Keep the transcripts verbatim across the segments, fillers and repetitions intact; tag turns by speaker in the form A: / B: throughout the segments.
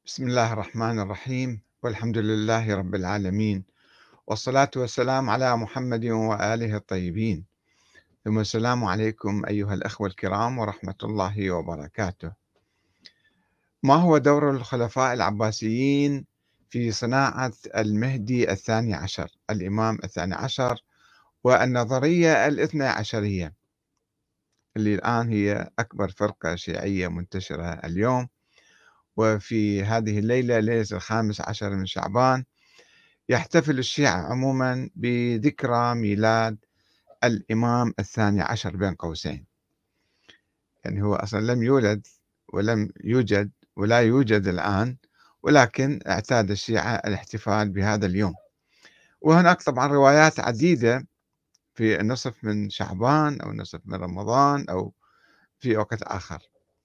A: بسم الله الرحمن الرحيم والحمد لله رب العالمين والصلاة والسلام على محمد وآله الطيبين ثم السلام عليكم أيها الأخوة الكرام ورحمة الله وبركاته. ما هو دور الخلفاء العباسيين في صناعة المهدي الثاني عشر الإمام الثاني عشر والنظرية الاثنى عشرية اللي الآن هي أكبر فرقة شيعية منتشرة اليوم، وفي هذه الليلة ليلة الخامس عشر من شعبان يحتفل الشيعة عموما بذكرى ميلاد الإمام الثاني عشر بين قوسين. يعني هو أصلا لم يولد ولم يوجد ولا يوجد الآن، ولكن اعتاد الشيعة الاحتفال بهذا اليوم. وهناك طبعا روايات عديدة في النصف من شعبان أو النصف من رمضان أو في وقت آخر.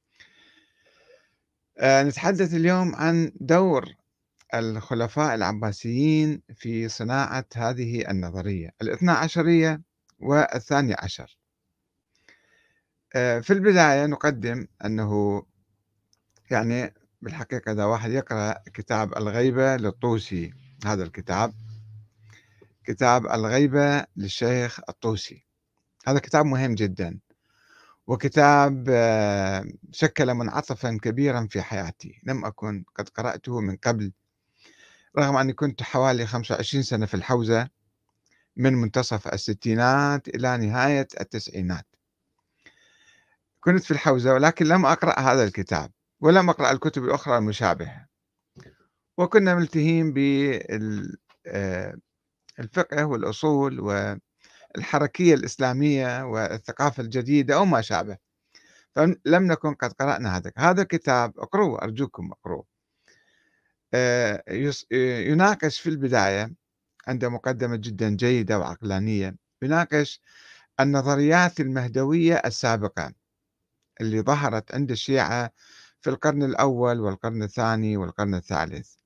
A: أه نتحدث اليوم عن دور الخلفاء العباسيين في صناعة هذه النظرية الاثنى عشرية والثاني عشر. آه، في البداية نقدم أنه يعني بالحقيقة إذا واحد يقرأ كتاب الغيبة للطوسي، هذا الكتاب كتاب الغيبة للشيخ الطوسي، هذا كتاب مهم جدا، وكتاب آه، شكل منعطفا كبيرا في حياتي، لم أكن قد قرأته من قبل رغم أني كنت حوالي خمسة وعشرين سنة في الحوزة من منتصف الستينات إلى نهاية التسعينات. كنت في الحوزة ولكن لم أقرأ هذا الكتاب ولم أقرأ الكتب الأخرى المشابهة، وكنا ملتهين بالفقه والأصول والحركية الإسلامية والثقافة الجديدة أو ما شابه، فلم نكن قد قرأنا هذا هذا الكتاب. اقروه أرجوكم اقروه. آه، يس- يناقش في البداية عنده مقدمة جدا جيدة وعقلانية، يناقش النظريات المهدوية السابقة اللي ظهرت عند الشيعة في القرن الأول والقرن الثاني والقرن الثالث.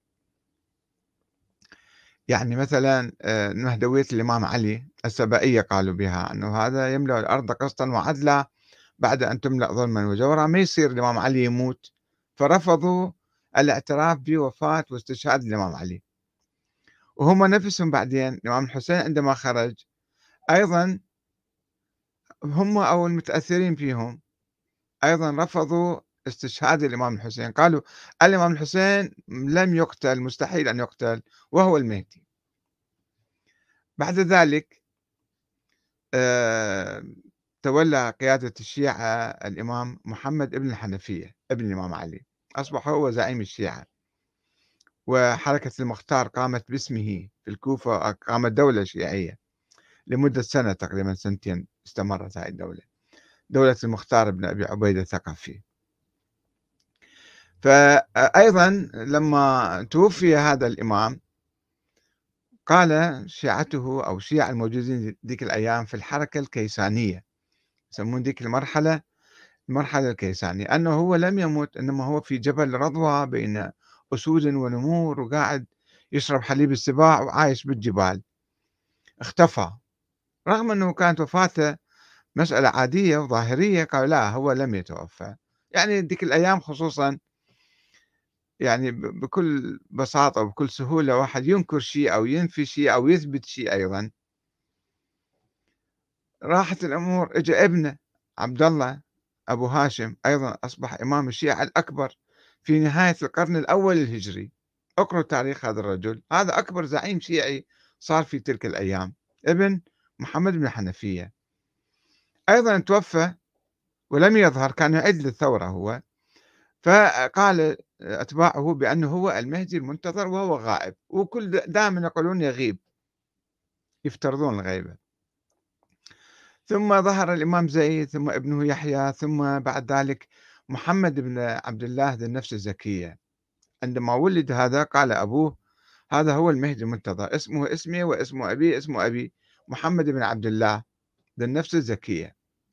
A: يعني مثلا آه، مهدوية الإمام علي السبائية قالوا بها أنه هذا يملأ الأرض قسطا وعدلا بعد أن تملأ ظلما وجورا، ما يصير الإمام علي يموت، فرفضوا الاعتراف بوفاة واستشهاد الإمام علي. وهم نفسهم بعدين الإمام الحسين عندما خرج أيضا هم أو المتأثرين فيهم أيضا رفضوا استشهاد الإمام الحسين، قالوا الإمام الحسين لم يقتل، مستحيل أن يقتل وهو المهدي. بعد ذلك آه، تولى قيادة الشيعة الإمام محمد ابن الحنفية ابن الإمام علي، أصبح هو زعيم الشيعة، وحركة المختار قامت باسمه في الكوفة، قامت دولة شيعية لمدة سنة تقريبا سنتين استمرت هذه الدولة، دولة المختار بن أبي عبيدة الثقفي. فأيضا لما توفي هذا الإمام قال شيعته أو شيعة الموجودين ذيك الأيام في الحركة الكيسانية، يسمون ذيك المرحلة المرحلة الكيسانية، أنه هو لم يمت، إنما هو في جبل رضوى بين أسود ونمور وقاعد يشرب حليب السباع وعايش بالجبال، اختفى، رغم أنه كانت وفاته مسألة عادية وظاهرية. قالوا لا، هو لم يتوفى. يعني ذيك الأيام خصوصا يعني ب- بكل بساطة وبكل سهولة واحد ينكر شيء أو ينفي شيء أو يثبت شيء أيضا. راحت الأمور، إجا ابنه عبد الله أبو هاشم أيضا أصبح إمام الشيعة الأكبر في نهاية القرن الأول الهجري. اقرأوا تاريخ هذا الرجل، هذا أكبر زعيم شيعي صار في تلك الأيام، ابن محمد بن حنفية. أيضا توفى ولم يظهر، كان يعد للثورة هو، فقال أتباعه بأنه هو المهدي المنتظر وهو غائب، وكل دائما يقولون يغيب، يفترضون الغيبة. ثم ظهر الإمام زيد، ثم ابنه يحيى، ثم بعد ذلك محمد بن عبد الله ذي النفس الزكية. عندما ولد هذا قال أبوه هذا هو المهدي المنتظر، اسمه اسمي واسم أبي اسم أبي، محمد بن عبد الله ذي النفس الزكية،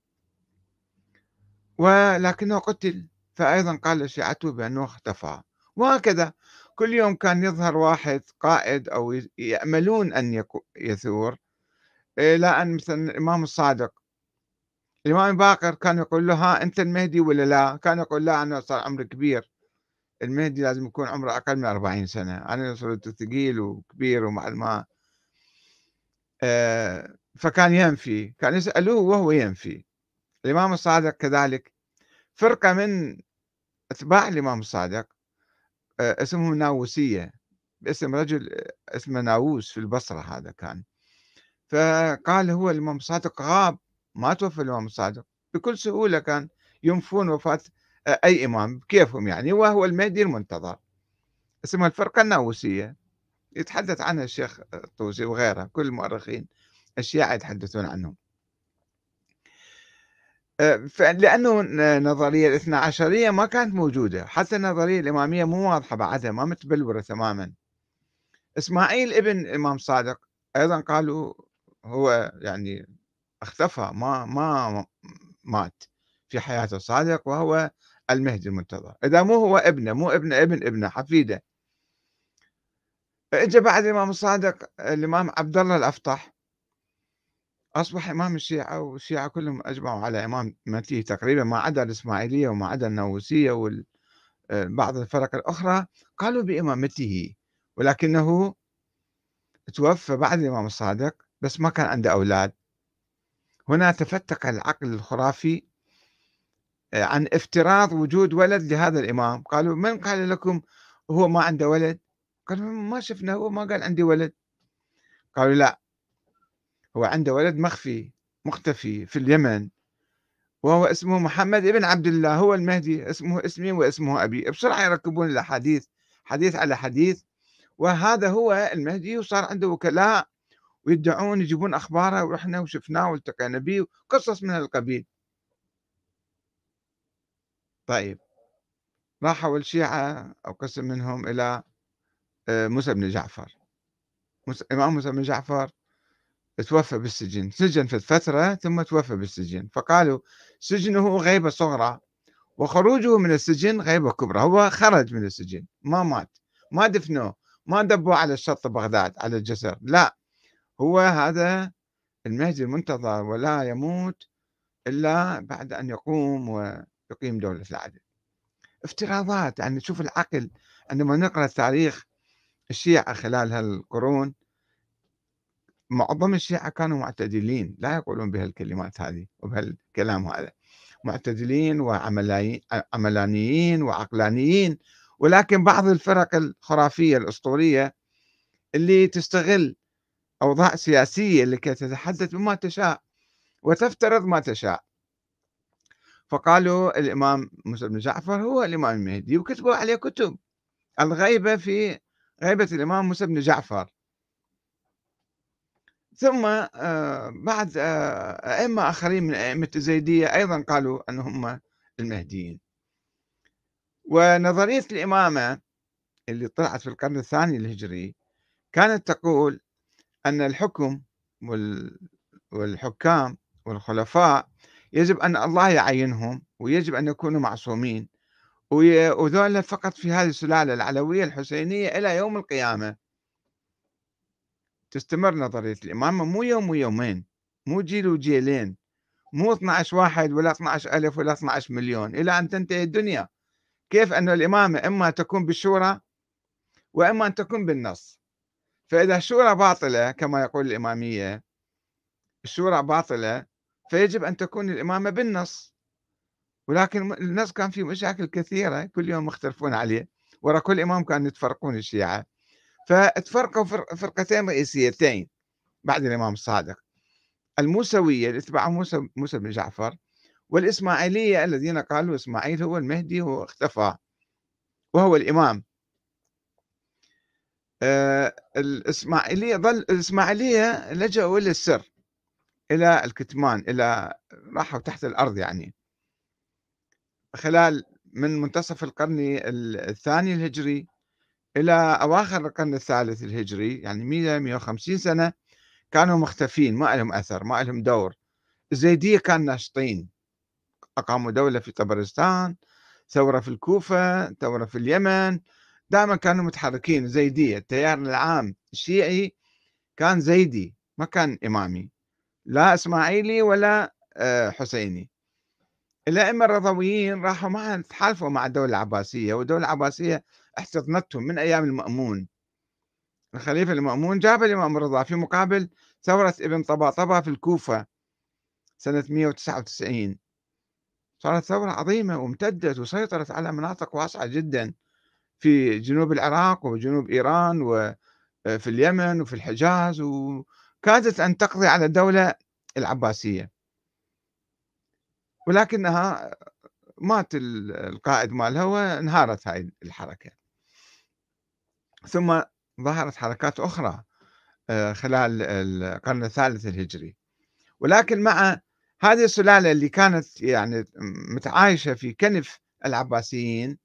A: ولكنه قتل. فأيضا قال شيعته بأنه اختفى. وهكذا كل يوم كان يظهر واحد قائد أو ي- يأملون أن يكو- يثور، إلى أن مثلا الإمام الصادق، الإمام باقر كان يقول له ها أنت المهدي ولا لا؟ كان يقول لا، أنا صار عمري كبير، المهدي لازم يكون عمره أقل من أربعين سنة، أنا صرت ثقيل وكبير ومع ما آآ فكان ينفي، كان يسألوه وهو ينفي. الإمام الصادق كذلك فرقة من أتباع الإمام الصادق آآ اسمهم الناووسية، باسم رجل اسمه ناووس في البصرة هذا كان، فقال هو الإمام الصادق غاب، ما توفى الإمام الصادق، بكل سهولة كان ينفون وفاة أ أي إمام بكيفهم يعني، وهو المهدي المنتظر، اسمها الفرقة الناووسية، يتحدث عنها الشيخ الطوسي وغيره، كل المؤرخين الشيعة يتحدثون عنهم. آآ فلأنه ن نظرية الاثنا عشرية ما كانت موجودة، حتى النظرية الإمامية مو واضحة بعدها، ما متبلورة تمامًا. إسماعيل ابن الإمام صادق أيضًا قالوا هو يعني اختفى، ما ما مات في حياة الصادق، وهو المهدي المنتظر، إذا مو هو ابنه، مو ابن ابن ابنه، حفيده. فإجا بعد الإمام الصادق الإمام عبد الله الأفطح، أصبح إمام الشيعة، والشيعة كلهم أجمعوا على إمامته تقريبًا، ما عدا الإسماعيلية وما عدا النووسية وال آآ بعض الفرق الأخرى قالوا بإمامته، ولكنه توفى بعد الإمام الصادق بس ما كان عنده أولاد. هنا تفتق العقل الخرافي آآ عن افتراض وجود ولد لهذا الإمام، قالوا: "من قال لكم هو ما عنده ولد؟" قالوا: "ما شفنا، هو ما قال عندي ولد." قالوا: "لأ، هو عنده ولد مخفي مختفي في اليمن، وهو اسمه محمد ابن عبد الله، هو المهدي، اسمه اسمي واسمه أبي." بسرعة يركبون الأحاديث، حديث على حديث، وهذا هو المهدي، وصار عنده وكلاء ويدعون يجيبون أخباره ورحنا وشفناه والتقينا به وقصص من هالقبيل. طيب، راحوا الشيعة أو قسم منهم إلى آآ موسى بن جعفر. موس الإمام موسى بن جعفر توفى بالسجن، سجن في فترة ثم توفى بالسجن، فقالوا سجنه غيبة صغرى وخروجه من السجن غيبة كبرى، هو خرج من السجن ما مات، ما دفنوه، ما دبوه على شط بغداد على الجسر، لأ، هو هذا المهدي المنتظر ولا يموت إلا بعد أن يقوم ويقيم دولة العدل. افتراضات، يعني شوف العقل عندما نقرأ تاريخ الشيعة خلال هالقرون، معظم الشيعة كانوا معتدلين، لا يقولون بهالكلمات هذه وبهالكلام هذا، معتدلين وعملاي عملانيين وعقلانيين، ولكن بعض الفرق الخرافية الأسطورية اللي تستغل أوضاع سياسية لكي تتحدث بما تشاء وتفترض ما تشاء، فقالوا الإمام موسى بن جعفر هو الإمام المهدي، وكتبوا عليه كتب، الغيبة في غيبة الإمام موسى بن جعفر. ثم آآ بعد آآ أئمة آخرين من أئمة الزيدية أيضًا قالوا أن هم المهديين. ونظرية الإمامة اللي طلعت في القرن الثاني الهجري كانت تقول أن الحكم وال والحكام والخلفاء يجب أن الله يعينهم، ويجب أن يكونوا معصومين، وي وذولا فقط في هذه السلالة العلوية الحسينية إلى يوم القيامة. تستمر نظرية الإمامة مو يوم ويومين، مو جيل وجيلين، مو اثنعش واحد ولا اثنعش ألف ولا اثنعش مليون إلى أن تنتهي الدنيا. كيف أن الإمامة إما تكون بالشورى وإما أن تكون بالنص، فإذا الشورى باطلة كما يقول الإمامية، الشورى باطلة، فيجب أن تكون الإمامة بالنص، ولكن النص كان فيه مشاكل كثيرة كل يوم مختلفون عليه، ورا كل إمام كانوا يتفرقون الشيعة، فتفرقوا فر- فرقتين رئيسيتين بعد الإمام الصادق: الموسوية اللي اتبعوا موسى موسى بن جعفر، والإسماعيلية الذين قالوا إسماعيل هو المهدي واختفى وهو الإمام. آآ الإسماعيلية ظل الإسماعيلية لجأوا إلى السر، إلى الكتمان، إلى راحوا تحت الأرض يعني، خلال من منتصف القرن ال الثاني الهجري إلى أواخر القرن الثالث الهجري، يعني مئة، مئة وخمسين سنة كانوا مختفين، ما إلهم أثر، ما إلهم دور. الزيدية كانوا ناشطين، أقاموا دولة في طبرستان، ثورة في الكوفة، ثورة في اليمن، دائمًا كانوا متحركين. الزيدية التيار العام الشيعي كان زيدي، ما كان إمامي، لا إسماعيلي ولا آآ حسيني. الأئمة الرضويين راحوا معها تحالفوا مع الدولة العباسية، والدولة العباسية احتضنتهم من أيام المأمون. الخليفة المأمون جاب الإمام الرضا في مقابل ثورة ابن طباطبة في الكوفة سنة مئة وتسعة وتسعين. صارت ثورة عظيمة وامتدت وسيطرت على مناطق واسعة جدا في جنوب العراق وجنوب إيران وفي اليمن وفي الحجاز، وكادت أن تقضي على الدولة العباسية، ولكنها مات ال- القائد مالها وانهارت هاي الحركة. ثم ظهرت حركات أخرى آه، خلال القرن الثالث الهجري، ولكن مع هذه السلالة اللي كانت يعني متعايشة في كنف العباسيين،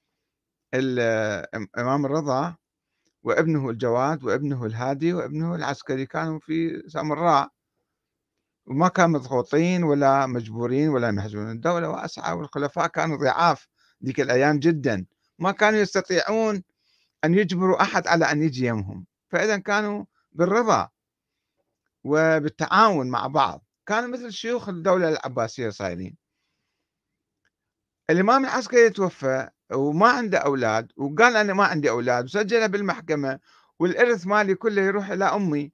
A: الإمام الرضا وابنه الجواد وابنه الهادي وابنه العسكري كانوا في سامراء، وما كانوا مضغوطين ولا مجبورين ولا محزونين. الدولة واسعة والخلفاء كانوا ضعاف ذيك الأيام جدا، ما كانوا يستطيعون أن يجبروا أحد على أن يجي يمهم، فإذا كانوا بالرضا وبالتعاون مع بعض، كانوا مثل شيوخ الدولة العباسية صايرين. الإمام العسكري توفى وما عنده أولاد، وقال أنا ما عندي أولاد، وسجلها بالمحكمة، والإرث مالي كله يروح إلى أمي.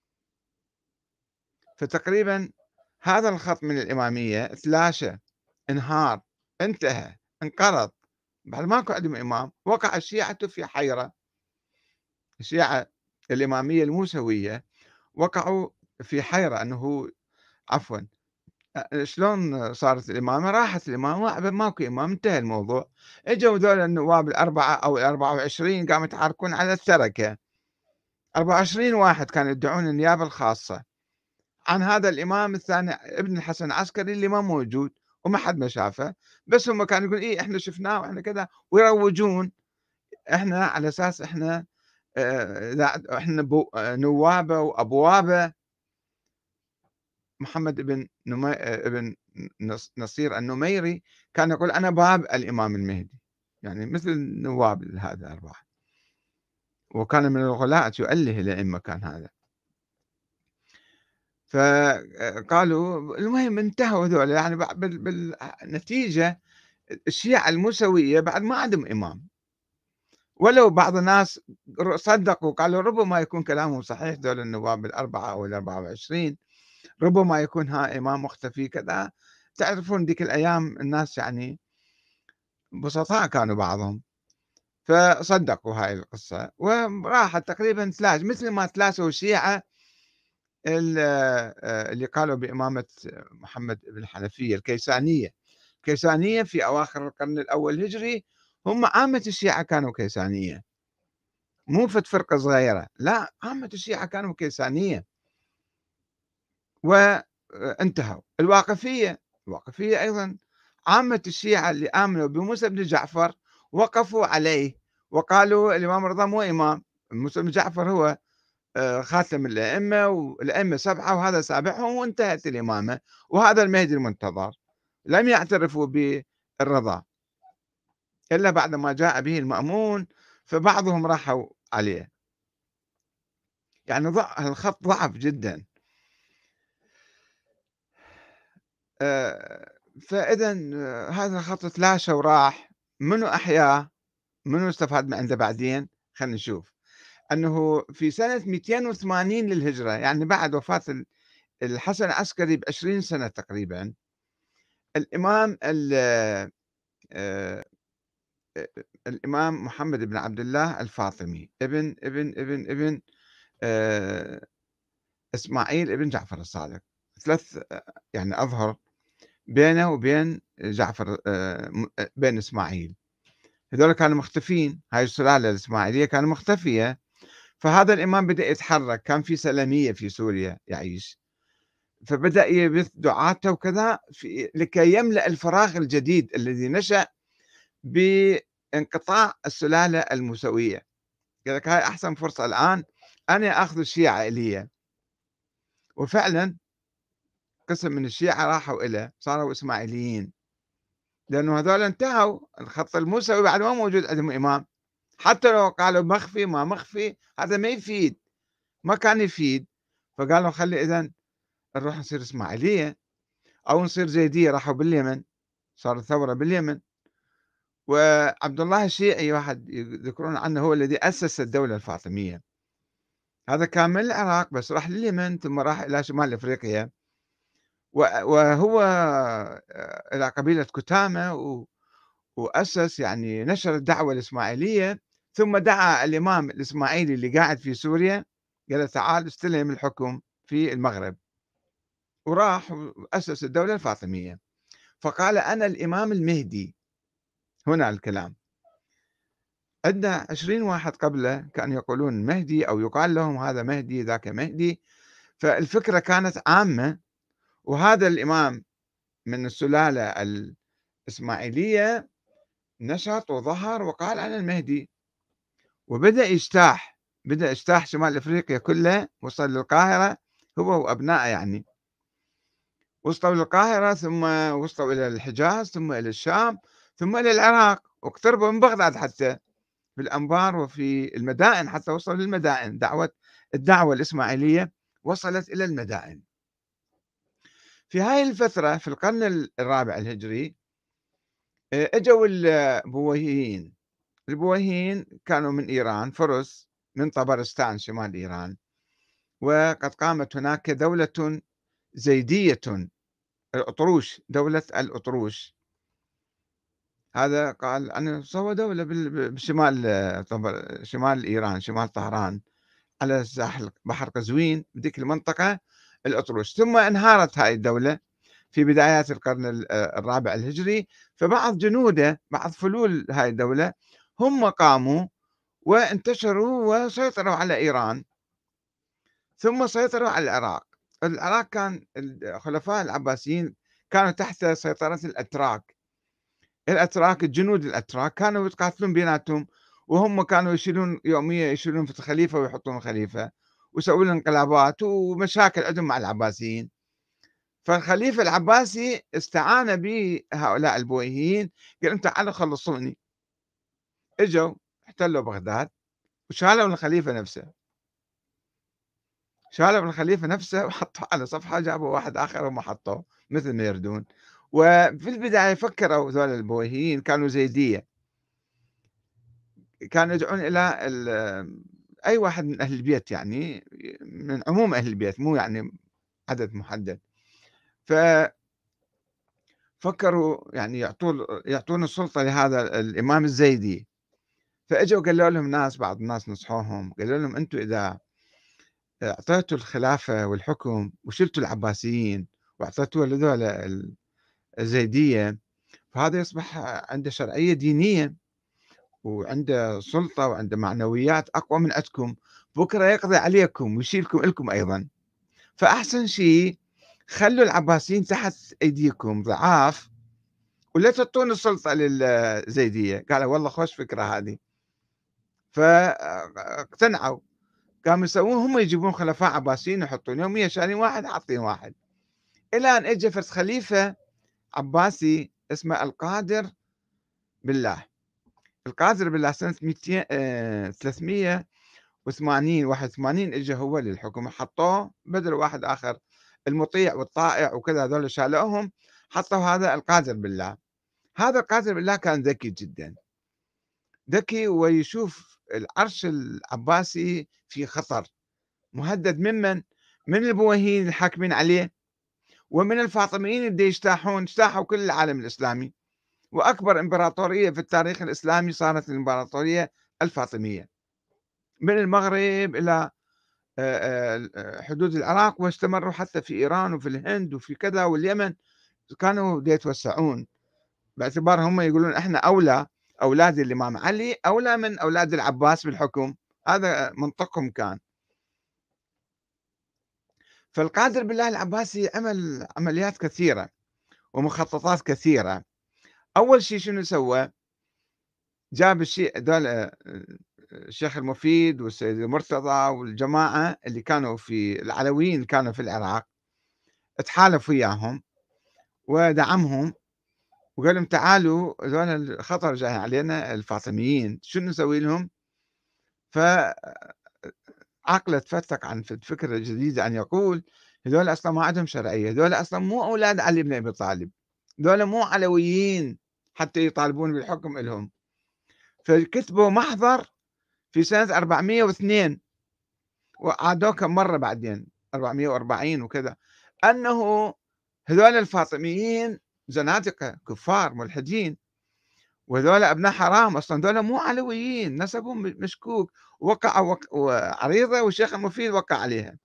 A: فتقريبا هذا الخط من الإمامية تلاشى، انهار، انتهى، انقرض. بعد ماكو عندهم إمام، وقع الشيعة في حيرة. الشيعة الإمامية الموسوية وقعوا في حيرة أنه، عفوا، أ شلون صارت الإمامة؟ راحت الإمامة، ماكو إمام، انتهى الموضوع. إجوا ذولا النواب الأربعة أو الأربعة وعشرين قاموا يتحاركون على التركة. أربعة وعشرين واحد كانوا يدعون النيابة الخاصة عن هذا الإمام الثاني ابن الحسن العسكري اللي ما موجود وما حد ما شافه، بس هم كانوا يقولون إيه إحنا شفناه وإحنا كذا، ويروجون إحنا على أساس إحنا آآ لا إحنا بو نوابه وأبوابه. محمد بن نمي ابن نص نصير النميري كان يقول أنا باب الإمام المهدي، يعني مثل النواب هذا الأربعة، وكان من الغلاة يؤله الأئمة كان هذا. فقالوا المهم انتهوا هذول، يعني بع بال بالنتيجة الشيعة الموسوية بعد ما عندهم إمام، ولو بعض الناس ر صدقوا قالوا ربما يكون كلامهم صحيح، ذول النواب الأربعة أو الأربعة وعشرين ربما يكون ها إمام مختفي كذا. تعرفون ذيك الأيام الناس يعني بسطاء كانوا بعضهم، فصدقوا هاي القصة وراحت تقريبا تلاش مثل ما تلاشوا الشيعة ال- آه، اللي قالوا بإمامة محمد بن الحنفية الكيسانية. الكيسانية في أواخر القرن الأول الهجري، هم عامة الشيعة كانوا كيسانية، مو فد فرقة صغيرة، لا، عامة الشيعة كانوا كيسانية وانتهوا. الواقفية، الواقفية أيضا عامة الشيعة اللي آمنوا بموسى بن جعفر وقفوا عليه وقالوا الإمام الرضا مو إمام، موسى بن جعفر هو آه، خاتم الأئمة، والأئمة سبعة وهذا سابعهم، وانتهت الإمامة، وهذا المهدي المنتظر. لم يعترفوا بالرضا إلا بعد ما جاء به المأمون، فبعضهم راحوا عليه. يعني ضع الخط ضعف جدا. آه، فإذا آه، هذا الخط تلاشى وراح. منو أحياه؟ منو استفاد من عنده بعدين؟ خلينا نشوف. أنه في سنة مئتين وثمانين للهجرة، يعني بعد وفاة ال- الحسن العسكري بعشرين سنة تقريبا، الإمام ال- آه، الإمام محمد بن عبد الله الفاطمي ابن ابن ابن ابن آه، إسماعيل ابن جعفر الصادق، ثلاث آه، يعني أظهر بينه وبين جعفر آه، م- آه، بين إسماعيل. هذول كانوا مختفين، هاي السلالة الإسماعيلية كانت مختفية. فهذا الإمام بدأ يتحرك، كان في سلمية في سوريا يعيش، فبدأ يبث دعاته وكذا في لكي يملأ الفراغ الجديد الذي نشأ بانقطاع السلالة الموسوية. قال لك هاي أحسن فرصة الآن أنا آخذ الشيعة إلي. وفعلا قسم من الشيعة راحوا إليه، صاروا إسماعيليين، لأنه هذول انتهوا الخط الموسوي، بعد ما موجود عندهم إمام. حتى لو قالوا مخفي ما مخفي هذا ما يفيد، ما كان يفيد. فقالوا خلي إذا نروح نصير إسماعيلية أو نصير زيدية، راحوا باليمن. صارت ثورة باليمن. وعبد الله الشيعي واحد يذكرون عنه هو الذي أسس الدولة الفاطمية. هذا كان من العراق بس راح لليمن ثم راح إلى شمال أفريقيا، و وهو آآ إلى قبيلة كتامة، و وأسس يعني نشر الدعوة الإسماعيلية، ثم دعا الإمام الإسماعيلي اللي قاعد في سوريا، قال له: تعال استلم الحكم في المغرب، وراح وأسس الدولة الفاطمية، فقال: أنا الإمام المهدي. هنا الكلام. عندنا عشرين واحد قبله كانوا يقولون مهدي أو يقال لهم هذا مهدي ذاك مهدي، فالفكرة كانت عامة. وهذا الإمام من السلالة الإسماعيلية نشط وظهر وقال: أنا المهدي، وبدأ يجتاح، بدأ يجتاح شمال أفريقيا كله، وصل للقاهرة هو وأبنائه يعني، وصلوا للقاهرة ثم وصلوا إلى الحجاز ثم إلى الشام ثم إلى العراق، واقتربوا من بغداد حتى في الأنبار وفي المدائن، حتى وصلوا للمدائن. دعوة الدعوة الإسماعيلية وصلت إلى المدائن. في هاي الفترة في القرن الرابع الهجري آآ إجوا البويهيين. البويهيين كانوا من إيران، فرس من طبرستان شمال إيران، وقد قامت هناك دولة زيدية، الأطروش، دولة الأطروش. هذا قال أنا سوى دولة بال بشمال طبر شمال إيران، شمال طهران، على ساحل بحر قزوين، بذيك المنطقة الأطروش. ثم انهارت هاي الدولة في بدايات القرن ال الرابع الهجري، فبعض جنوده، بعض فلول هاي الدولة هم قاموا وانتشروا وسيطروا على إيران، ثم سيطروا على العراق. العراق كان الخلفاء العباسيين كانوا تحت سيطرة الأتراك. الأتراك، الجنود الأتراك كانوا يتقاتلون بيناتهم، وهم كانوا يشيلون يوميا، يشيلون في الخليفة ويحطون خليفة، ويسوون له انقلابات ومشاكل عندهم مع العباسيين. فالخليفة العباسي استعان بهؤلاء البويهيين، قال لهم: تعالوا خلصوني. اجوا احتلوا بغداد وشالوا من الخليفة نفسه، شالوا من الخليفة نفسه وحطوه على صفحة، جابوا واحد آخر هم حطوه مثل ما يردون. وفي البداية فكروا ذول البويهيين كانوا زيدية، كانوا يدعون إلى ال أي واحد من أهل البيت، يعني من عموم أهل البيت، مو يعني عدد محدد. ففكروا يعني يعطون يعطون السلطة لهذا الإمام الزيدي. فإجوا قالوا لهم ناس، بعض الناس نصحوهم، قالوا لهم: أنتم إذا أعطيتوا الخلافة والحكم وشلتوا العباسيين وأعطيتوها لذول ال الزيدية، فهذا يصبح عنده شرعية دينية، وعنده سلطة وعنده معنويات أقوى من عندكم، بكرة يقضي عليكم ويشيلكم إلكم أيضا. فأحسن شيء خلوا العباسيين تحت أيديكم ضعاف، ولا تعطون السلطة للزيدية. قالوا: والله خوش فكرة هذه. فاقتنعوا، قاموا يسوون هم يجيبون خلفاء عباسيين يحطون يوميا، شارين واحد حاطين واحد، إلى أن اجى فرد خليفة عباسي اسمه القادر بالله. القادر بالله سنة مئتين آآ ثلاثمئة وثمانين واحد وثمانين اجى هو للحكم، حطوه بدل واحد آخر، المطيع والطائع وكذا، هذول شالوهم، حطوا هذا القادر بالله. هذا القادر بالله كان ذكي جدًا، ذكي ويشوف العرش العباسي في خطر، مهدد ممن؟ من البويهيين الحاكمين عليه، ومن الفاطميين اللي يجتاحون، اجتاحوا كل العالم الإسلامي. وأكبر إمبراطورية في التاريخ الإسلامي صارت الإمبراطورية الفاطمية، من المغرب إلى آآ آآ حدود العراق، واستمروا حتى في إيران وفي الهند وفي كذا واليمن، كانوا دا يتوسعون، باعتبار هم يقولون إحنا أولى، أولاد الإمام علي أولى من أولاد العباس بالحكم، هذا منطقهم كان. فالقادر بالله العباسي عمل عمليات كثيرة ومخططات كثيرة. أول شيء شنو سوى؟ جاب الشي هذول آآ الشيخ المفيد والسيد المرتضى والجماعة اللي كانوا في العلويين اللي كانوا في العراق، اتحالف وياهم ودعمهم، وقال لهم: تعالوا هذول الخطر جاي علينا الفاطميين، شنو نسوي لهم؟ فعقله تفتق عن فد فكرة جديدة، أن يقول: هذول أصلًا ما عندهم شرعية، هذول أصلًا مو أولاد علي بن أبي طالب، ذولا مو علويين حتى يطالبون بالحكم إلهم. فكتبوا محضر في سنة أربعمئة واثنين وعادوه كم مرة بعدين أربعمئة وأربعين وكذا، أنه هذول الفاطميين زنادقة كفار ملحدين، وهذول أبناء حرام، أصلا هذول مو علويين، نسبهم مشكوك. وقع وق... عريضة والشيخ المفيد وقع عليها،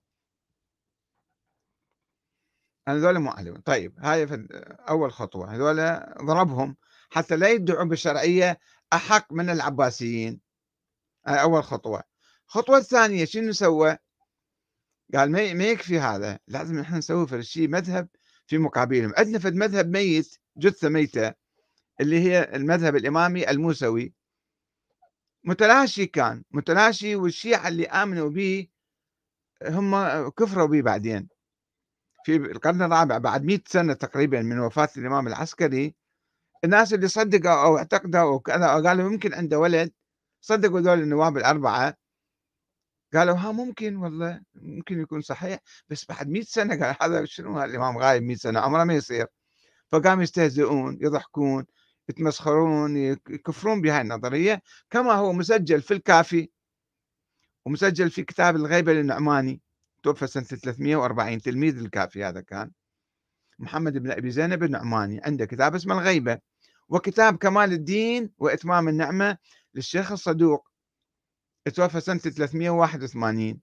A: هذول مو علويين. طيب هاي في أول خطوة، هذول ضربهم حتى لا يدعوا بالشرعية أحق من العباسيين. هاي أول خطوة. الخطوة الثانية شنو سوى؟ قال ما ما يكفي هذا، لازم نحن نسوي فرد شيء مذهب في مقابلهم. عندنا فد مذهب ميت، جثة ميتة، اللي هي المذهب الإمامي الموسوي. متلاشي، كان متلاشي، والشيعة اللي آمنوا به هم كفروا به بعدين في القرن الرابع، بعد مئة سنة تقريبا من وفاة الإمام العسكري. الناس اللي صدقوا أو اعتقدوا أو كذا أو قالوا ممكن عنده ولد، صدقوا دول النواب الأربعة، قالوا ها ممكن والله ممكن يكون صحيح، بس بعد مئة سنة قال هذا شنو، الإمام غايب مئة سنة عمره ما يصير. فقاموا يستهزئون، يضحكون، يتمسخرون، يكفرون بهاي النظرية، كما هو مسجل في الكافي ومسجل في كتاب الغيبة للنعماني، توفى سنة ثلاثمئة وأربعين، تلميذ الكافي هذا كان محمد بن أبي زينب النعماني، عنده كتاب اسمه الغيبة، وكتاب كمال الدين وإتمام النعمة للشيخ الصدوق، توفى سنة ثلاثمئة وواحد وثمانين.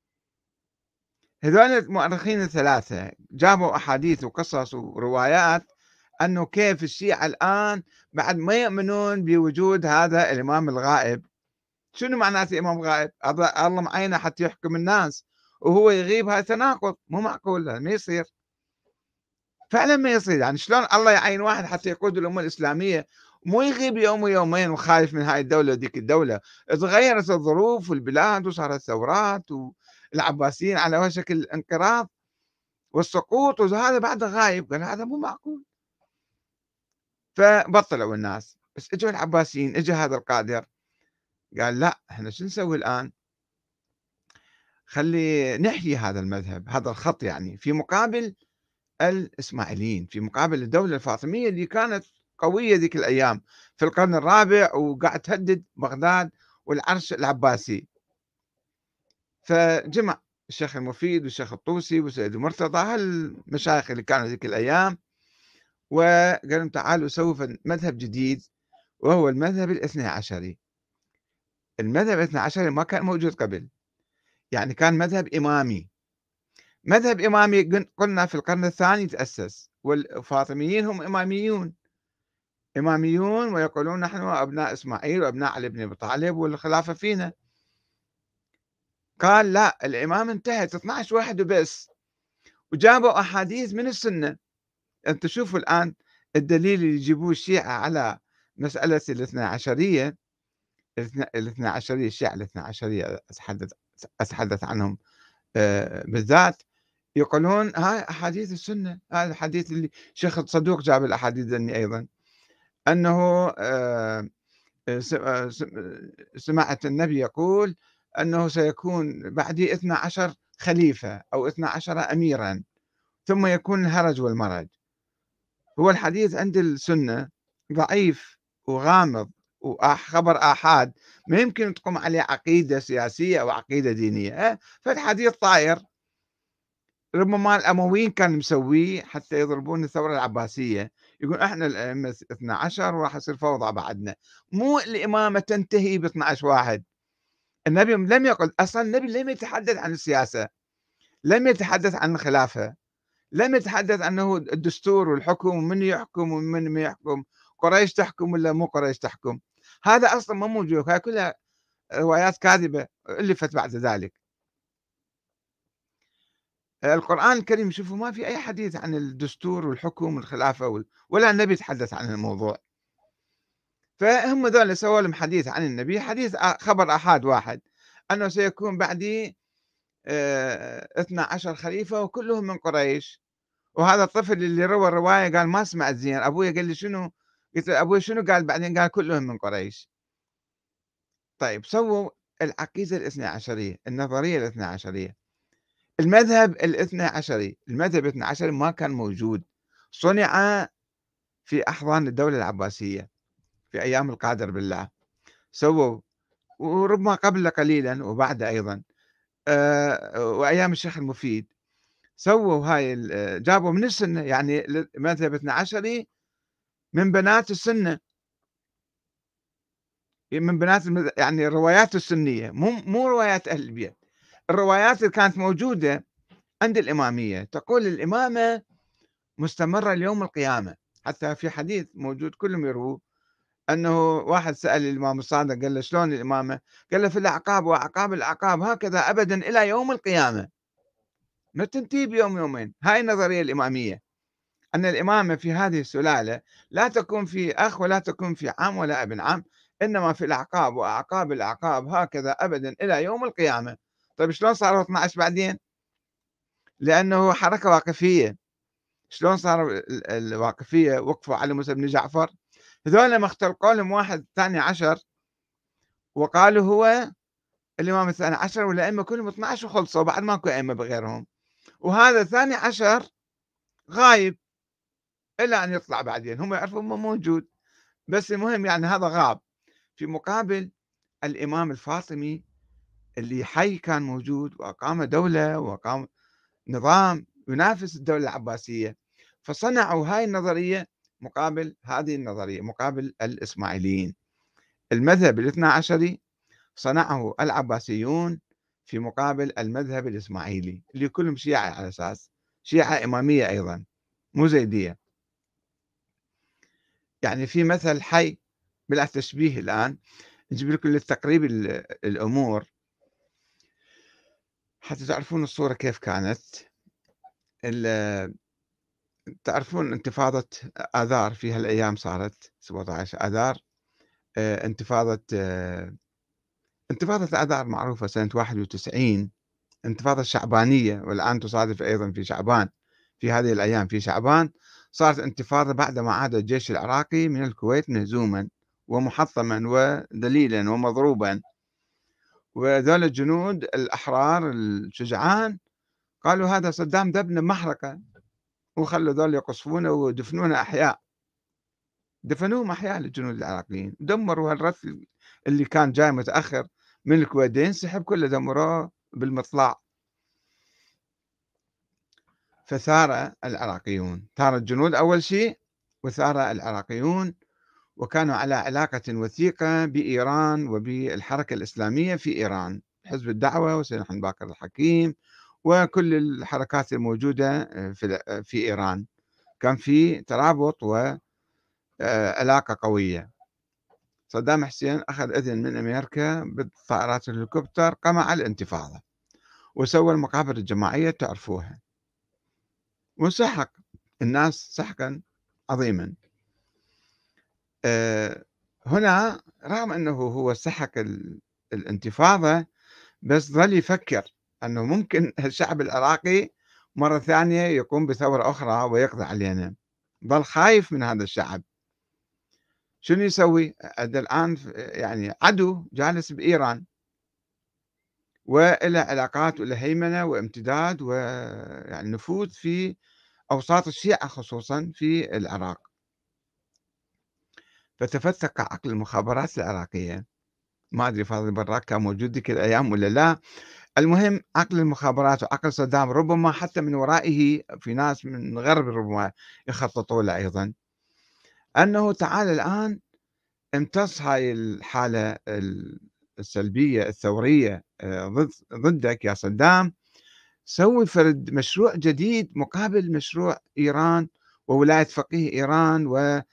A: هذول المؤرخين الثلاثة جابوا أحاديث وقصص وروايات أنه كيف الشيعة الآن بعد ما يؤمنون بوجود هذا الإمام الغائب. شنو معناته إمام غائب؟ الله معينه حتى يحكم الناس وهو يغيب، هذا تناقض، مو معقول، هذا ما يصير، فعلا ما يصير. يعني شلون الله يعين واحد حتى يقود الأمة الإسلامية، مو يغيب يوم ويومين وخايف من هاي الدولة وذيك الدولة؟ تغيرت الظروف والبلاد وصارت ثورات والعباسيين على وشك الانقراض والسقوط، وهذا بعده غايب. قال هذا مو معقول، فبطلوا الناس. بس اجوا العباسيين، اجى هذا القادر قال لا، احنا شو نسوي الآن؟ خلي نحيي هذا المذهب، هذا الخط، يعني في مقابل الإسماعيليين، في مقابل الدولة الفاطمية اللي كانت قوية ذيك الأيام في القرن الرابع وقاعد تهدد بغداد والعرش العباسي. فجمع الشيخ المفيد والشيخ الطوسي وسيد مرتضى هالمشايخ اللي كانوا ذيك الأيام، وقال لهم تعالوا سووا مذهب جديد، وهو المذهب الاثني عشري. المذهب الاثني عشري ما كان موجود قبل، يعني كان مذهب إمامي. مذهب إمامي قلنا في القرن الثاني تأسس، والفاطميين هم إماميون، إماميون ويقولون نحن أبناء إسماعيل وأبناء علي بن أبي طالب والخلافة فينا. قال لا، الإمام انتهت اثني عشر واحد وبس، وجابوا أحاديث من السنة. أنت شوفوا الآن الدليل اللي يجيبوه الشيعة على مسألة الاثنى عشرية، الاثنى عشرية، الشيعة الاثنى عشرية أتحدث أتحدث عنهم آه، بالذات، يقولون هاي أحاديث السنة، هاي الحديث اللي شيخ الصدوق جاب الأحاديث ذني أيضا، أنه آه، آه، سمعت النبي يقول أنه سيكون بعدي اثني عشر خليفة أو اثني عشر أميرا، ثم يكون الهرج والمرج. هو الحديث عند السنة ضعيف وغامض وخبر آحاد، ما يمكن تقوم عليه عقيدة سياسية أو عقيدة دينية، فالحديث طاير. ربما الأمويين كانوا مسويه حتى يضربون الثورة العباسية، يقول احنا الأئمة اثني عشر وراح يصير فوضى بعدنا. مو الإمامة تنتهي ب اثني عشر واحد. النبي لم يقل، أصلا النبي لم يتحدث عن السياسة، لم يتحدث عن الخلافة، لم يتحدث عنه الدستور والحكم ومن يحكم ومن ما يحكم، قريش تحكم ولا مو قريش تحكم. هذا أصلا ما موجود، هاي كلها روايات كاذبة ألفت بعد ذلك. القرآن الكريم شوفوا ما في أي حديث عن الدستور والحكم والخلافة وال... ولا النبي تحدث عن الموضوع. فهم ذول سووا لهم حديث عن النبي، حديث خبر أحد واحد، أنه سيكون بعدي آه، اثني عشر خليفة وكلهم من قريش. وهذا الطفل اللي روى الرواية قال ما سمعت زين، أبوي قال لي شنو؟ قلت له أبوي شنو قال؟ بعدين قال كلهم من قريش. طيب سووا العقيدة الاثنى عشرية، النظرية الاثنى عشرية، المذهب الاثنى عشري. المذهب الاثنى عشري ما كان موجود، صنع في أحضان الدولة العباسية في أيام القادر بالله، سووا، وربما قبل قليلًا وبعد أيضًا، آآ وأيام الشيخ المفيد، سووا هاي ال جابوا من السنة، يعني ال المذهب الاثني عشري من بنات السنة، من بنات المذ يعني الروايات السنية، مو مو روايات أهل البيت، الروايات اللي كانت موجودة عند الإمامية تقول الإمامة مستمرة ليوم القيامة، حتى في حديث موجود كلهم يرووه، أنه واحد سأل الإمام الصادق قال له: "شلون الإمامة؟" قال له: "في الأعقاب وأعقاب الأعقاب هكذا أبدًا إلى يوم القيامة، ما تنتهي بيوم يومين." هاي النظرية الإمامية، أن الإمامة في هذه السلالة لا تكون في أخ ولا تكون في عم ولا ابن عم، إنما في الأعقاب وأعقاب الأعقاب هكذا أبدًا إلى يوم القيامة. طيب شلون صاروا اثني عشر بعدين؟ لأنه حركة واقفية. شلون صاروا ال الواقفية وقفوا على موسى بن جعفر؟ هذول ما اختلقوا لهم واحد ثاني عشر وقالوا هو الإمام الثاني عشر، والأئمة كلهم اثني عشر وخلصوا، بعد ماكو أئمة بغيرهم، وهذا الثاني عشر غايب إلى أن يطلع بعدين، هم يعرفون إنه موجود، بس المهم يعني هذا غاب، في مقابل الإمام الفاطمي اللي حي كان موجود وأقام دولة وأقام نظام ينافس الدولة العباسية، فصنعوا هاي النظرية مقابل هذه النظرية، مقابل الإسماعيليين. المذهب الاثنى عشري صنعه العباسيون في مقابل المذهب الإسماعيلي اللي كلهم شيعة على أساس شيعة إمامية أيضا، مو زيدية. يعني في مثل حي بلا تشبيه الآن، نجيب لكم للتقريب ال- الأمور حتى تعرفون الصورة كيف كانت. ال- تعرفون انتفاضة آذار في هالأيام صارت سبعة عشر آذار، آه، انتفاضة آه، انتفاضة آذار معروفة سنة واحد وتسعين، انتفاضة الشعبانية، والآن تصادف أيضا في شعبان، في هذه الأيام في شعبان صارت انتفاضة بعدما عاد الجيش العراقي من الكويت مهزوما ومحطما وذليلا ومضروبا، وذول الجنود الأحرار الشجعان قالوا هذا صدام دبنا بمحرقة، وخلوا ذول يقصفونه ودفنونه أحياء، دفنوهم أحياء للجنود العراقيين، دمروا هالرث اللي كان جاي متأخر من الكويت ينسحب كله دمروه بالمطلع. فثار العراقيون، ثار الجنود أول شيء وثار العراقيون، وكانوا على علاقة وثيقة بإيران وبالحركة الإسلامية في إيران، حزب الدعوة وسيد محمد باقر الحكيم وكل الحركات الموجودة في في إيران، كان في ترابط وعلاقة قوية. صدام حسين أخذ إذن من أمريكا بالطائرات الهليكوبتر، قمع الانتفاضة وسوى المقابر الجماعية تعرفوها، وسحق الناس سحقا عظيما. آه، هنا رغم أنه هو سحق ال- الانتفاضة، بس ظل يفكر أنه ممكن الشعب العراقي مرة ثانية يقوم بثورة أخرى ويقضي علينا، ظل خايف من هذا الشعب. شنو يسوي؟ هذا الآن يعني عدو جالس بإيران وله علاقات وله هيمنة وامتداد ويعني نفوذ في أوساط الشيعة خصوصا في العراق، فتفتق عقل المخابرات العراقية. ما أدري فاضل براك كان موجود ذيك الأيام ولا لا، المهم عقل المخابرات وعقل صدام ربما حتى من ورائه في ناس من الغرب ربما يخططوا له أيضا، أنه تعال الآن امتص هاي الحالة ال- السلبية الثورية آه، ضد ضدك يا صدام، سوي فرد مشروع جديد مقابل مشروع إيران وولاية فقيه إيران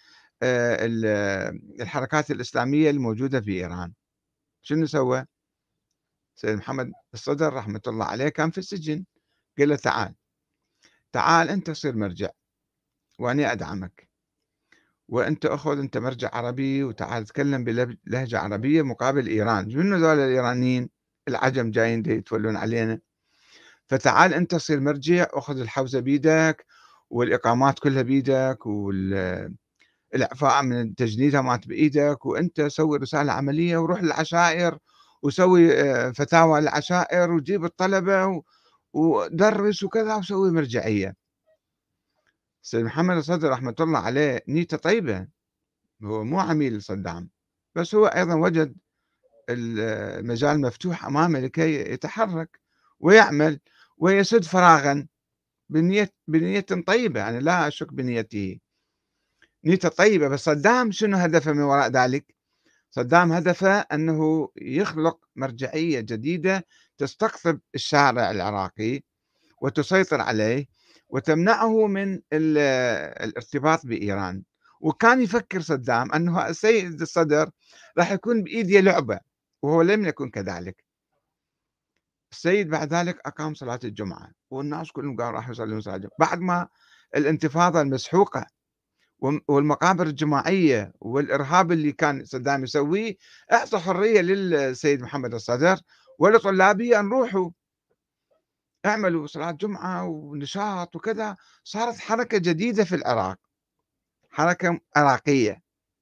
A: والحركات الإسلامية الموجودة في إيران. شنو سوى؟ سيد محمد الصدر رحمة الله عليه كان في السجن، قال له تعال تعال أنت صير مرجع وأنا أدعمك، وأنت أخذ أنت مرجع عربي وتعال تكلم بلهجة عربية مقابل إيران. شنو ذول الإيرانيين العجم جايين دي يتولون علينا، فتعال أنت صير مرجع وأخذ الحوزة بيدك والإقامات كلها بيدك والإعفاء من التجنيد مات بإيدك، وأنت سوي رسالة عملية وروح للعشائر وسوي آه، فتاوى للعشائر وجيب الطلبة و- ودرس وكذا وسوي مرجعية. السيد محمد الصدر رحمة الله عليه نيته طيبة، هو مو عميل صدام، بس هو أيضًا وجد المجال مفتوح أمامه لكي يتحرك ويعمل ويسد فراغًا بنية بنية طيبة، أنا لا أشك بنيته، نيته طيبة، بس صدام شنو هدفه من وراء ذلك؟ صدام هدفه أنه يخلق مرجعية جديدة تستقطب الشارع العراقي وتسيطر عليه وتمنعه من ال الارتباط بإيران، وكان يفكر صدام أنه السيد الصدر راح يكون بإيده لعبة، وهو لم يكن كذلك. السيد بعد ذلك أقام صلاة الجمعة، والناس كلهم قاموا راحوا يصلون صلاة الجمعة، بعد ما الانتفاضة المسحوقة وم والمقابر الجماعية والإرهاب اللي كان صدام يسويه، أعطى حرية للسيد محمد الصدر ولطلابه أن روحوا اعملوا صلاة جمعة ونشاط وكذا، صارت حركة جديدة في العراق، حركة عراقية،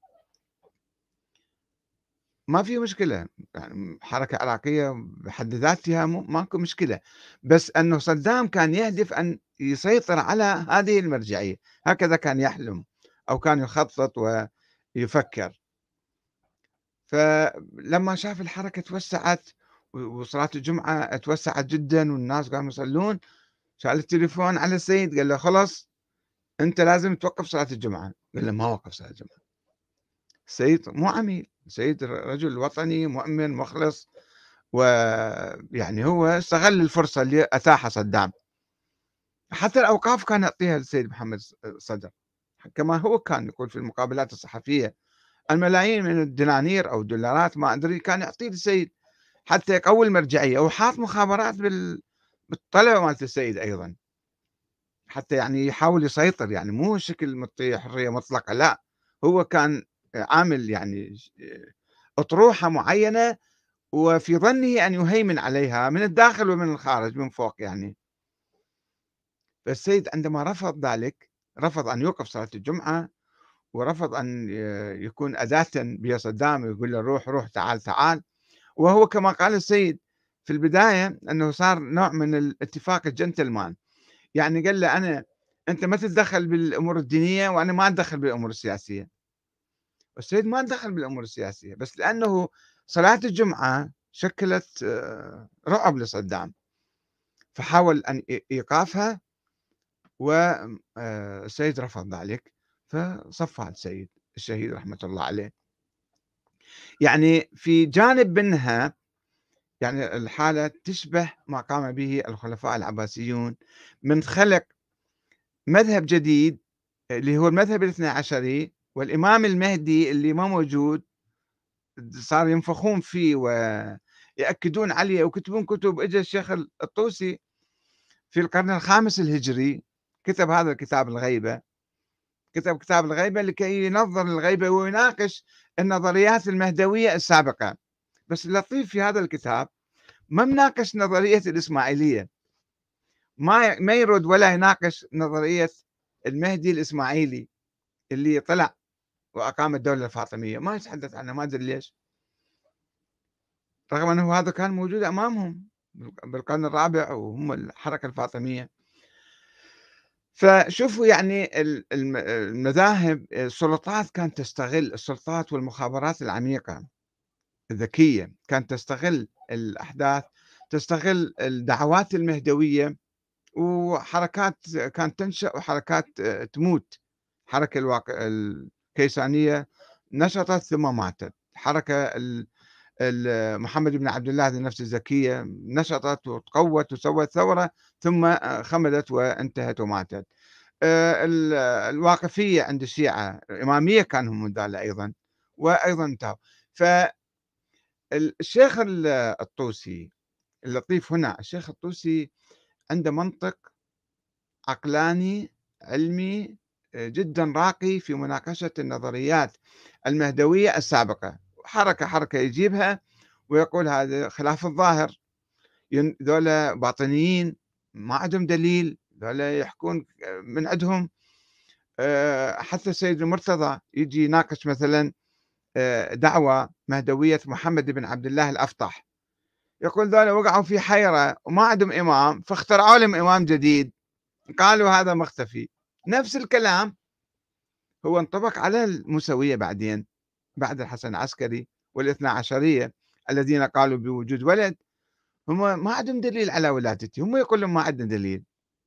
A: ما في مشكلة، يعني حركة عراقية بحد ذاتها م ماكو مشكلة، بس أنه صدام كان يهدف أن يسيطر على هذه المرجعية، هكذا كان يحلم أو كان يخطط ويفكر. فلما شاف الحركة توسعت و وصلاة الجمعة اتوسعت جدًا والناس قاموا يصلون، شال التليفون على السيد قال له: "خلاص أنت لازم توقّف صلاة الجمعة." قال له: "ما أوقّف صلاة الجمعة." السيد مو عميل، السيد ر رجل وطني مؤمن مخلص، ويعني هو استغل الفرصة اللي أتاحها صدام، حتى الأوقاف كان يعطيها للسيد محمد ص صدر، كما هو كان يقول في المقابلات الصحفية، الملايين من الدنانير أو الدولارات ما أدري كان يعطيه للسيد حتى يقوي المرجعية، وحاط مخابرات بال بالطلبة مالة السيد أيضًا، حتى يعني يحاول يسيطر، يعني مو شكل مطية حرية مطلقة، لأ، هو كان عامل يعني ش أطروحة معينة وفي ظنه أن يهيمن عليها من الداخل ومن الخارج من فوق يعني. فالسيد عندما رفض ذلك، رفض أن يوقف صلاة الجمعة، ورفض أن ي يكون أداة بيا صدام ويقول له روح، روح، تعال، تعال، وهو كما قال السيد في البداية أنه صار نوع من الاتفاق الجنتلمان، يعني قال له: "أنا أنت ما تتدخل بالأمور الدينية وأنا ما أتدخل بالأمور السياسية." والسيد ما تدخل بالأمور السياسية، بس لأنه صلاة الجمعة شكلت آآ رعب لصدام، فحاول أن إ إيقافها و آآ السيد رفض ذلك، فصفّى السيد الشهيد رحمة الله عليه. يعني في جانب منها يعني الحالة تشبه ما قام به الخلفاء العباسيون من خلق مذهب جديد اللي هو المذهب الاثني عشري، والإمام المهدي اللي ما موجود صار ينفخون فيه ويأكدون عليه ويكتبون كتب. إجا الشيخ الطوسي في القرن الخامس الهجري كتب هذا الكتاب الغيبة، كتب كتاب الغيبة لكي ينظر الغيبة ويناقش النظريات المهدوية السابقة، بس اللطيف في هذا الكتاب ما مناقش نظرية الإسماعيلية، ما ما يرد ولا يناقش نظرية المهدي الإسماعيلي اللي طلع وأقام الدولة الفاطمية، ما يتحدث عنها ما أدري ليش، رغم أنه هذا كان موجود أمامهم بالقرن الرابع وهم الحركة الفاطمية. فشوفوا يعني ال الم المذاهب السلطات كانت تستغل السلطات والمخابرات العميقة الذكية، كانت تستغل الأحداث، تستغل الدعوات المهدوية، وحركات كانت تنشأ وحركات تموت، الحركة الواق الكيسانية نشطت ثم ماتت، الحركة ال ال محمد بن عبد الله ذي النفس الزكية نشطت وتقوت وسوت ثورة ثم خمدت وانتهت وماتت. آآ ال الواقفية عند الشيعة، الإمامية كانوا هم ذولا أيضًا، وأيضًا انتهوا. ف ال الشيخ ال الطوسي اللطيف هنا، الشيخ الطوسي عنده منطق عقلاني علمي آآ جدًا راقي في مناقشة النظريات المهدوية السابقة، حركة، حركة يجيبها ويقول هذا خلاف الظاهر، ين ذولا باطنيين ما عندهم دليل، ذولا يحكون من عندهم. آآ حتى السيد المرتضى ييجي يناقش مثلًا آآ دعوى مهدوية محمد بن عبد الله الأفطح، يقول ذولا وقعوا في حيرة وما عندهم إمام، فاخترعوا لهم إمام جديد، قالوا هذا مختفي، نفس الكلام هو انطبق على الموسوية بعدين، بعد الحسن العسكري والاثنا عشرية الذين قالوا بوجود ولد، هم ما عندهم دليل على ولادته، هم يقولون ما عندنا دليل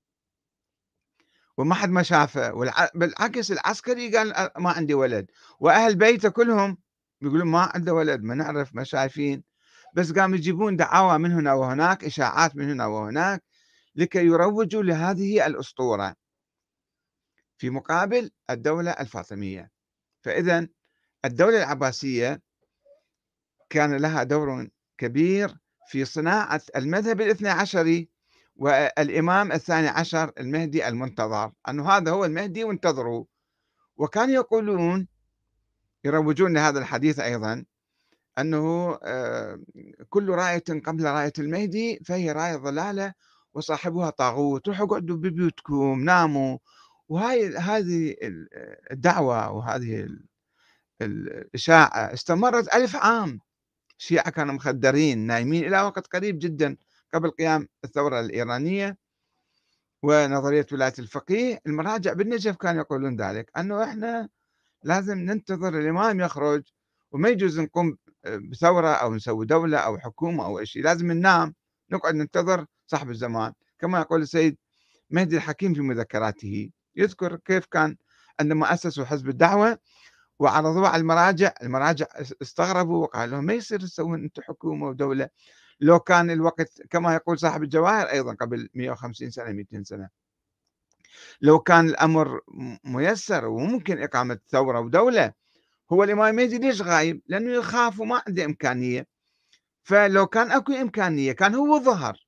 A: وما حد ما شافه، والع... بالعكس العسكري قال أ- ما عندي ولد، واهل بيته كلهم يقولون ما عنده ولد، ما نعرف ما شايفين، بس قاموا يجيبون دعاوى من هنا وهناك، اشاعات من هنا وهناك، لكي يروجوا لهذه الاسطوره في مقابل الدوله الفاطميه. فاذا الدوله العباسيه كان لها دور كبير في صناعه المذهب الاثني عشري والامام الثاني عشر المهدي المنتظر، انه هذا هو المهدي وانتظروا. وكانوا يقولون يروجون لهذا الحديث أيضا، أنه آه، كل راية قبل راية المهدي فهي راية ضلالة وصاحبها طاغوت، روحوا اقعدوا ببيوتكم ناموا. وهاي هذه الدعوة وهذه ال- الإشاعة استمرت ألف عام. الشيعة كانوا مخدرين نايمين إلى وقت قريب جدا قبل قيام الثورة الإيرانية ونظرية ولاية الفقيه. المراجع بالنجف كانوا يقولون ذلك، أنه إحنا لازم ننتظر الإمام يخرج، وما يجوز نقوم بثورة أو نسوي دولة أو حكومة أو أي شيء، لازم ننام نقعد ننتظر صاحب الزمان. كما يقول السيد مهدي الحكيم في مذكراته، يذكر كيف كان عندما أسسوا حزب الدعوة وعرضوه على المراجع، المراجع استغربوا وقالوا لهم ما يصير تسوون أنتم حكومة ودولة، لو كان الوقت كما يقول صاحب الجواهر أيضا قبل مئة وخمسين سنة مئتين سنة، لو كان الأمر ميسر وممكن إقامة ثورة ودولة، هو الإمام المهدي ليش غايب؟ لأنه يخاف وما عنده إمكانية. فلو كان أكو إمكانية كان هو ظهر،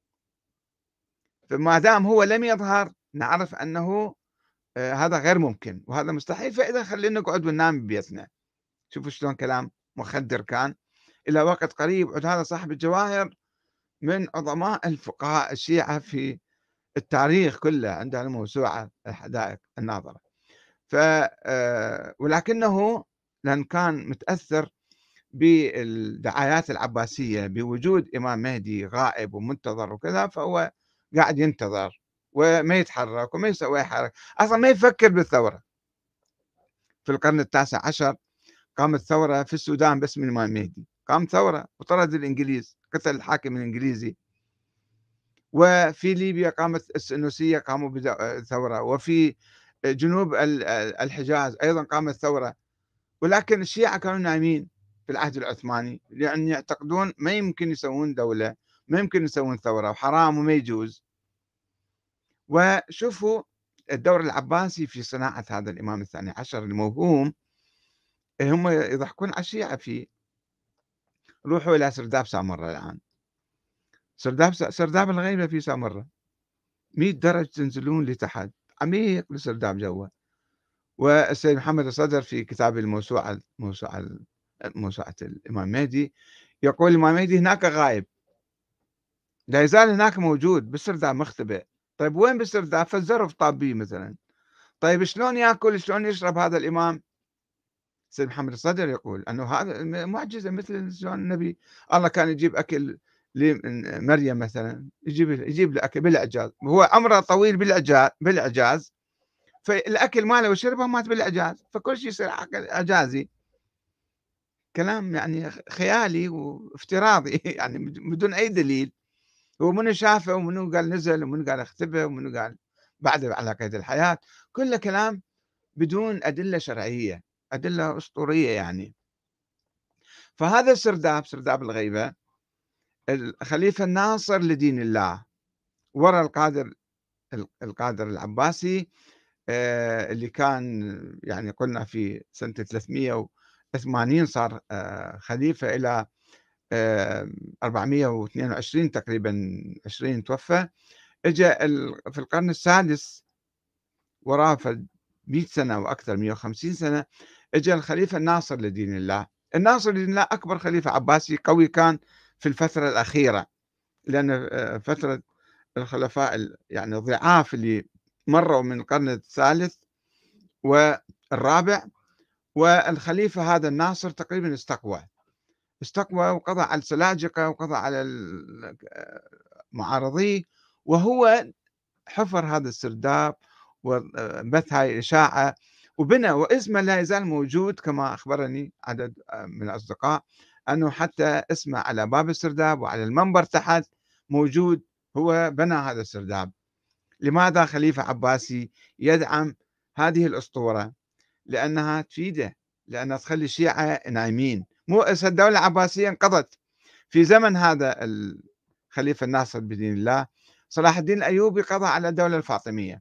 A: فما دام هو لم يظهر نعرف أنه آه، هذا غير ممكن وهذا مستحيل، فإذا خلينا نقعد وننام ببيتنا. شوفوا شلون كلام مخدر كان. إلى وقت قريب عد هذا صاحب الجواهر من عظماء الفقهاء الشيعة في التاريخ كله، عنده الموسوعة الحدائق الناظرة. ف آه، ولكنه لأن كان متأثر بالدعايات العباسية بوجود إمام مهدي غائب ومنتظر وكذا، فهو قاعد ينتظر وما يتحرك وما يسوي أي حركة، أصلا ما يفكر بالثورة. في القرن التاسع عشر قامت ثورة في السودان باسم الإمام مهدي، قام ثورة وطرد الإنجليز، قتل الحاكم الإنجليزي. وفي ليبيا قامت السنوسية قاموا بثورة، وفي جنوب الحجاز أيضا قامت ثورة. ولكن الشيعة كانوا نايمين في العهد العثماني، لأن يعتقدون ما يمكن يسوون دولة، ما يمكن يسوون ثورة، وحرام وما يجوز. وشوفوا الدور العباسي في صناعة هذا الإمام الثاني عشر الموهوم، هم يضحكون على الشيعة فيه. روحوا إلى سرداب سامرة الآن، سرداب سرداب الغيبة في سامرة مئة درجة تنزلون لتحت، عميق لسرداب جوا. والسيد محمد الصدر في كتاب الموسوعة موسوعة موسوعة الإمام مهدي يقول الإمام مهدي هناك غايب، لا يزال هناك موجود بالسرداب مختبئ. طيب وين بالسرداب؟ في الزرف طاب بيه مثلا. طيب شلون ياكل شلون يشرب هذا الإمام؟ سيد محمد الصدر يقول أنه هذا معجزة، مثل شلون النبي الله كان يجيب أكل لمريم مثلا، يجيب يجيب له أكل بالإعجاز، هو عمره طويل بالإعجاز بالإعجاز، فالأكل ماله وشربه مات بالإعجاز، فكل شيء يصير إعجازي. كلام يعني خيالي وافتراضي يعني بدون أي دليل. هو منو شافه ومنو قال نزل ومنو قال اختبى ومنو قال بعده على قيد الحياة، كله كلام بدون أدلة شرعية، أدلة أسطورية يعني. فهذا السرداب سرداب الغيبة الخليفة الناصر لدين الله ورا القادر القادر العباسي، آه، اللي كان يعني قلنا في سنة ثلاثمئة وثمانين صار آه، خليفة إلى آه، أربعمئة واثنين وعشرين تقريبا عشرين توفى. اجى في القرن السادس وراه فد مئة سنة وأكثر مئة وخمسين سنة، اجى الخليفة الناصر لدين الله. الناصر لدين الله أكبر خليفة عباسي قوي كان في الفترة الأخيرة، لأن آه، فترة الخلفاء ال- يعني الضعاف اللي مروا من القرن الثالث والرابع، والخليفة هذا الناصر تقريبا استقوى استقوى وقضى على السلاجقة وقضى على ال- معارضيه، وهو حفر هذا السرداب وبث هاي الإشاعة، وبنى واسمه لا يزال موجود كما أخبرني عدد من الأصدقاء، أنه حتى اسمه على باب السرداب وعلى المنبر تحت موجود، هو بنى هذا السرداب. لماذا خليفة عباسي يدعم هذه الأسطورة؟ لأنها تفيده، لأنها تخلي الشيعة نايمين. مو هسه الدولة العباسية انقضت في زمن هذا الخليفة الناصر بدين الله. صلاح الدين الأيوبي قضى على الدولة الفاطمية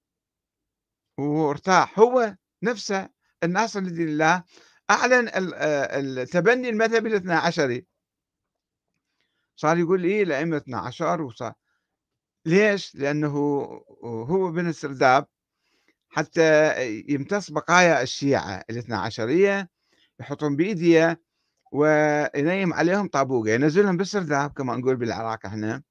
A: وارتاح، هو نفسه الناصر لدين الله أعلن ال- آه، التبني المذهبي الاثنى عشري، صار يقول إيه الأئمة اثنا عشر. وصار ليش؟ لأنه هو بن السرداب حتى يمتص بقايا الشيعة الاثنى عشرية، يحطهم بإيديه وينيم عليهم طابوقة، ينزلهم بالسرداب كما نقول بالعراق احنا،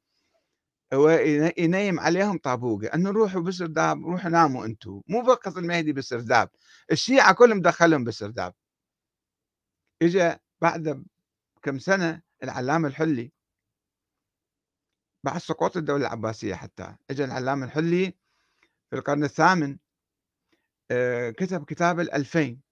A: وينيم عليهم طابوقة انه روحوا بالسرداب، روحوا ناموا انتم، مو فقط المهدي بالسرداب، الشيعة كلهم دخلهم بالسرداب. اجى بعد كم سنة العلامة الحلي، بعد سقوط الدولة العباسية حتى، اجى العلامة الحلي في القرن الثامن، آه، كتب كتاب الألفين،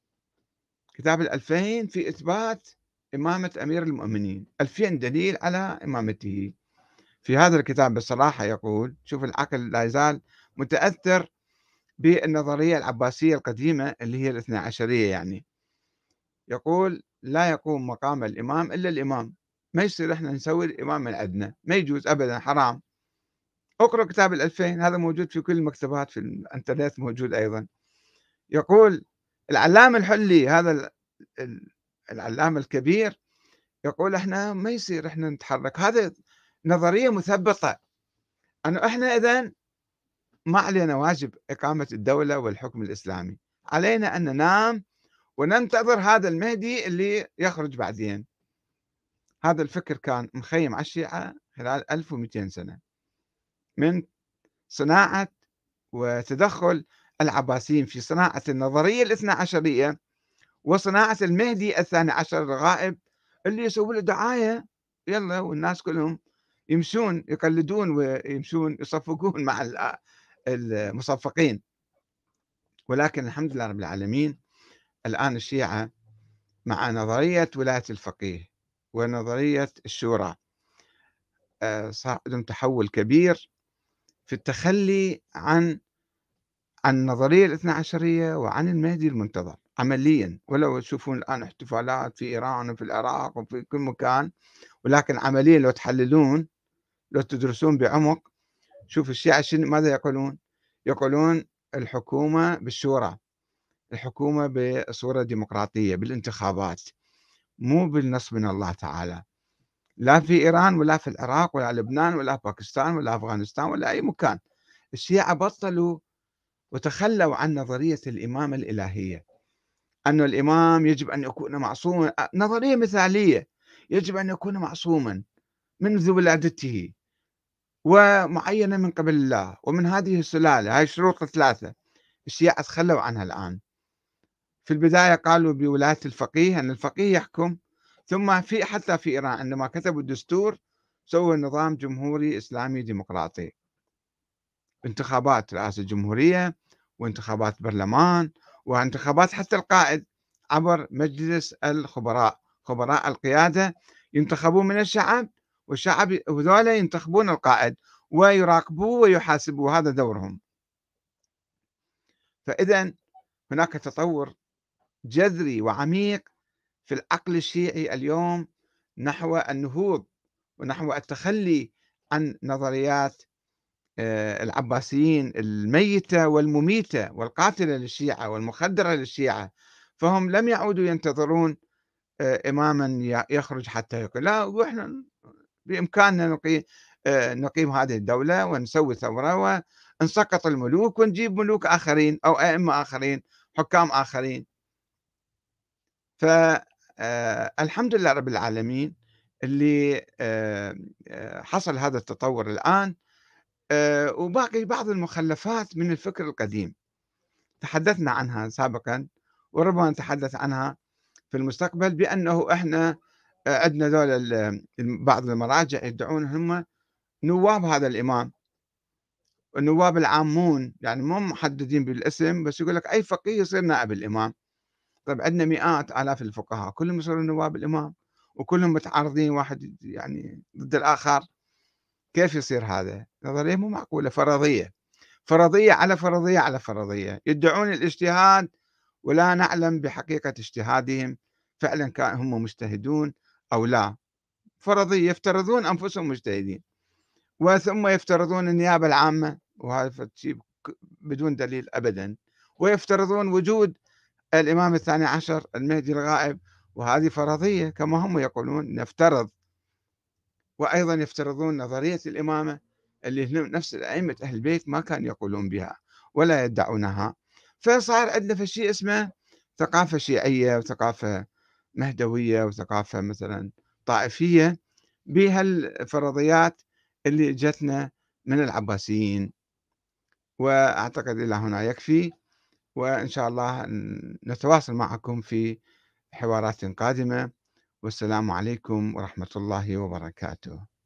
A: كتاب الألفين في إثبات إمامة أمير المؤمنين، ألفين دليل على إمامته. في هذا الكتاب بصراحة يقول، شوف العقل لا يزال متأثر بالنظرية العباسية القديمة اللي هي الاثنى عشرية يعني. يقول لا يقوم مقام الإمام إلا الإمام، ما يصير احنا نسوي الإمام من عندنا، ما يجوز أبدا، حرام. اقرأ كتاب الألفين، هذا موجود في كل المكتبات، في الانترنت موجود أيضا. يقول العلامة الحلي هذا ال- ال- العلامة الكبير، يقول احنا ما يصير احنا نتحرك، هذا نظرية مثبطة، أنه احنا إذا ما علينا واجب إقامة الدولة والحكم الإسلامي، علينا أن ننام وننتظر هذا المهدي اللي يخرج بعدين. هذا الفكر كان مخيم على الشيعة خلال ألف ومئتين سنة من صناعة وتدخل العباسيين في صناعة النظرية الاثنى عشرية وصناعة المهدي الثاني عشر الغائب، اللي يسوي له دعاية، يلا والناس كلهم يمشون يقلدون ويمشون يصفقون مع المصفقين. ولكن الحمد لله رب العالمين، الآن الشيعة مع نظرية ولاية الفقيه ونظرية الشورى آه، صار عندهم تحول كبير في التخلي عن عن النظرية الاثنى عشرية وعن المهدي المنتظر عمليا. ولو تشوفون الآن احتفالات في إيران وفي العراق وفي كل مكان، ولكن عمليا لو تحللون، لو تدرسون بعمق، شوف الشيعة شنو ماذا يقولون؟ يقولون الحكومة بالشورى، الحكومة بصورة ديمقراطية بالانتخابات، مو بالنص من الله تعالى، لا في إيران ولا في العراق ولا لبنان ولا باكستان ولا أفغانستان ولا أي مكان. الشيعة بطلوا وتخلوا عن نظرية الإمامة الإلهية، أن الإمام يجب أن يكون معصوما، نظرية مثالية، يجب أن يكون معصوما منذ ولادته ومعينا من قبل الله ومن هذه السلالة، هاي الشروط الثلاثة. الشيعة تخلوا عنها الآن. في البداية قالوا بولاية الفقيه، أن الفقيه يحكم، ثم في حتى في إيران عندما كتبوا الدستور سووا نظام جمهوري إسلامي ديمقراطي، انتخابات رئاسة الجمهورية وانتخابات برلمان وانتخابات حتى القائد عبر مجلس الخبراء، خبراء القيادة ينتخبون من الشعب، والشعب وذولا ينتخبون القائد ويراقبوه ويحاسبوه، هذا دورهم. فإذا هناك تطور جذري وعميق في العقل الشيعي اليوم نحو النهوض ونحو التخلي عن نظريات آه، العباسيين الميتة والمميتة والقاتلة للشيعة والمخدرة للشيعة. فهم لم يعودوا ينتظرون آه، إماما يخرج حتى يقول لا، وإحنا بإمكاننا نقيم آه، نقيم هذه الدولة ونسوي ثورة ونسقط الملوك ونجيب ملوك آخرين أو أئمة آخرين، حكام آخرين. فالحمد لله رب العالمين اللي آه، آه، حصل هذا التطور الآن. آه، وباقي بعض المخلفات من الفكر القديم تحدثنا عنها سابقا، وربما نتحدث عنها في المستقبل، بأنه إحنا آه، عندنا ذول ال- بعض المراجع يدعون هم نواب هذا الإمام، النواب العامون يعني مو محددين بالاسم، بس يقول لك أي فقيه يصير نائب الإمام. طيب عندنا مئات آلاف الفقهاء كلهم يصيرون نواب الإمام، وكلهم متعارضين واحد يعني ضد الآخر، كيف يصير هذا؟ نظرية مو معقولة، فرضية، فرضية على فرضية على فرضية، يدعون الاجتهاد ولا نعلم بحقيقة اجتهادهم، فعلًا كان هم مجتهدون أو لا، فرضية يفترضون أنفسهم مجتهدين، وثم يفترضون النيابة العامة، وهذا فد شيء ك بدون دليل أبدًا، ويفترضون وجود الإمام الثاني عشر المهدي الغائب، وهذه فرضية كما هم يقولون نفترض، وأيضًا يفترضون نظرية الإمامة اللي هم نفس أئمة أهل البيت ما كانوا يقولون بها ولا يدعونها، فصار عندنا فد شيء اسمه ثقافة شيعية وثقافة مهدوية وثقافة مثلًا طائفية بهالفرضيات اللي جتنا من العباسيين، وأعتقد إلى هنا يكفي، وإن شاء الله ن نتواصل معكم في حوارات قادمة، والسلام عليكم ورحمة الله وبركاته.